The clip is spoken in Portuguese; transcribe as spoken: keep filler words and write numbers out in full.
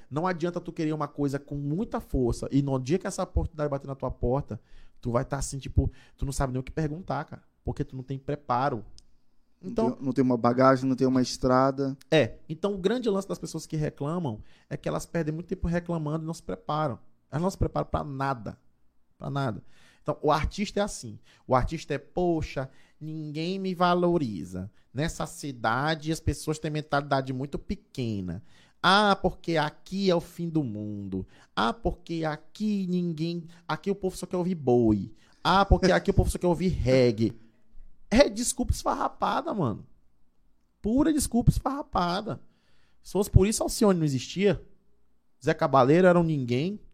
não adianta tu querer uma coisa com muita força e no dia que essa oportunidade bater na tua porta, tu vai estar assim, tipo, tu não sabe nem o que perguntar, cara, porque tu não tem preparo. Então, não, tem, não tem uma bagagem, não tem uma estrada. É, então o grande lance das pessoas que reclamam é que elas perdem muito tempo reclamando e não se preparam. Elas não se preparam pra nada, pra nada. Então, o artista é assim. O artista é, poxa, ninguém me valoriza. Nessa cidade, as pessoas têm mentalidade muito pequena. Ah, porque aqui é o fim do mundo. Ah, porque aqui ninguém... Aqui o povo só quer ouvir boi. Ah, porque aqui o povo só quer ouvir reggae. É desculpa esfarrapada, mano. Pura desculpa esfarrapada. Se fosse por isso, Alcione não existia. Zé Cabaleiro era um ninguém.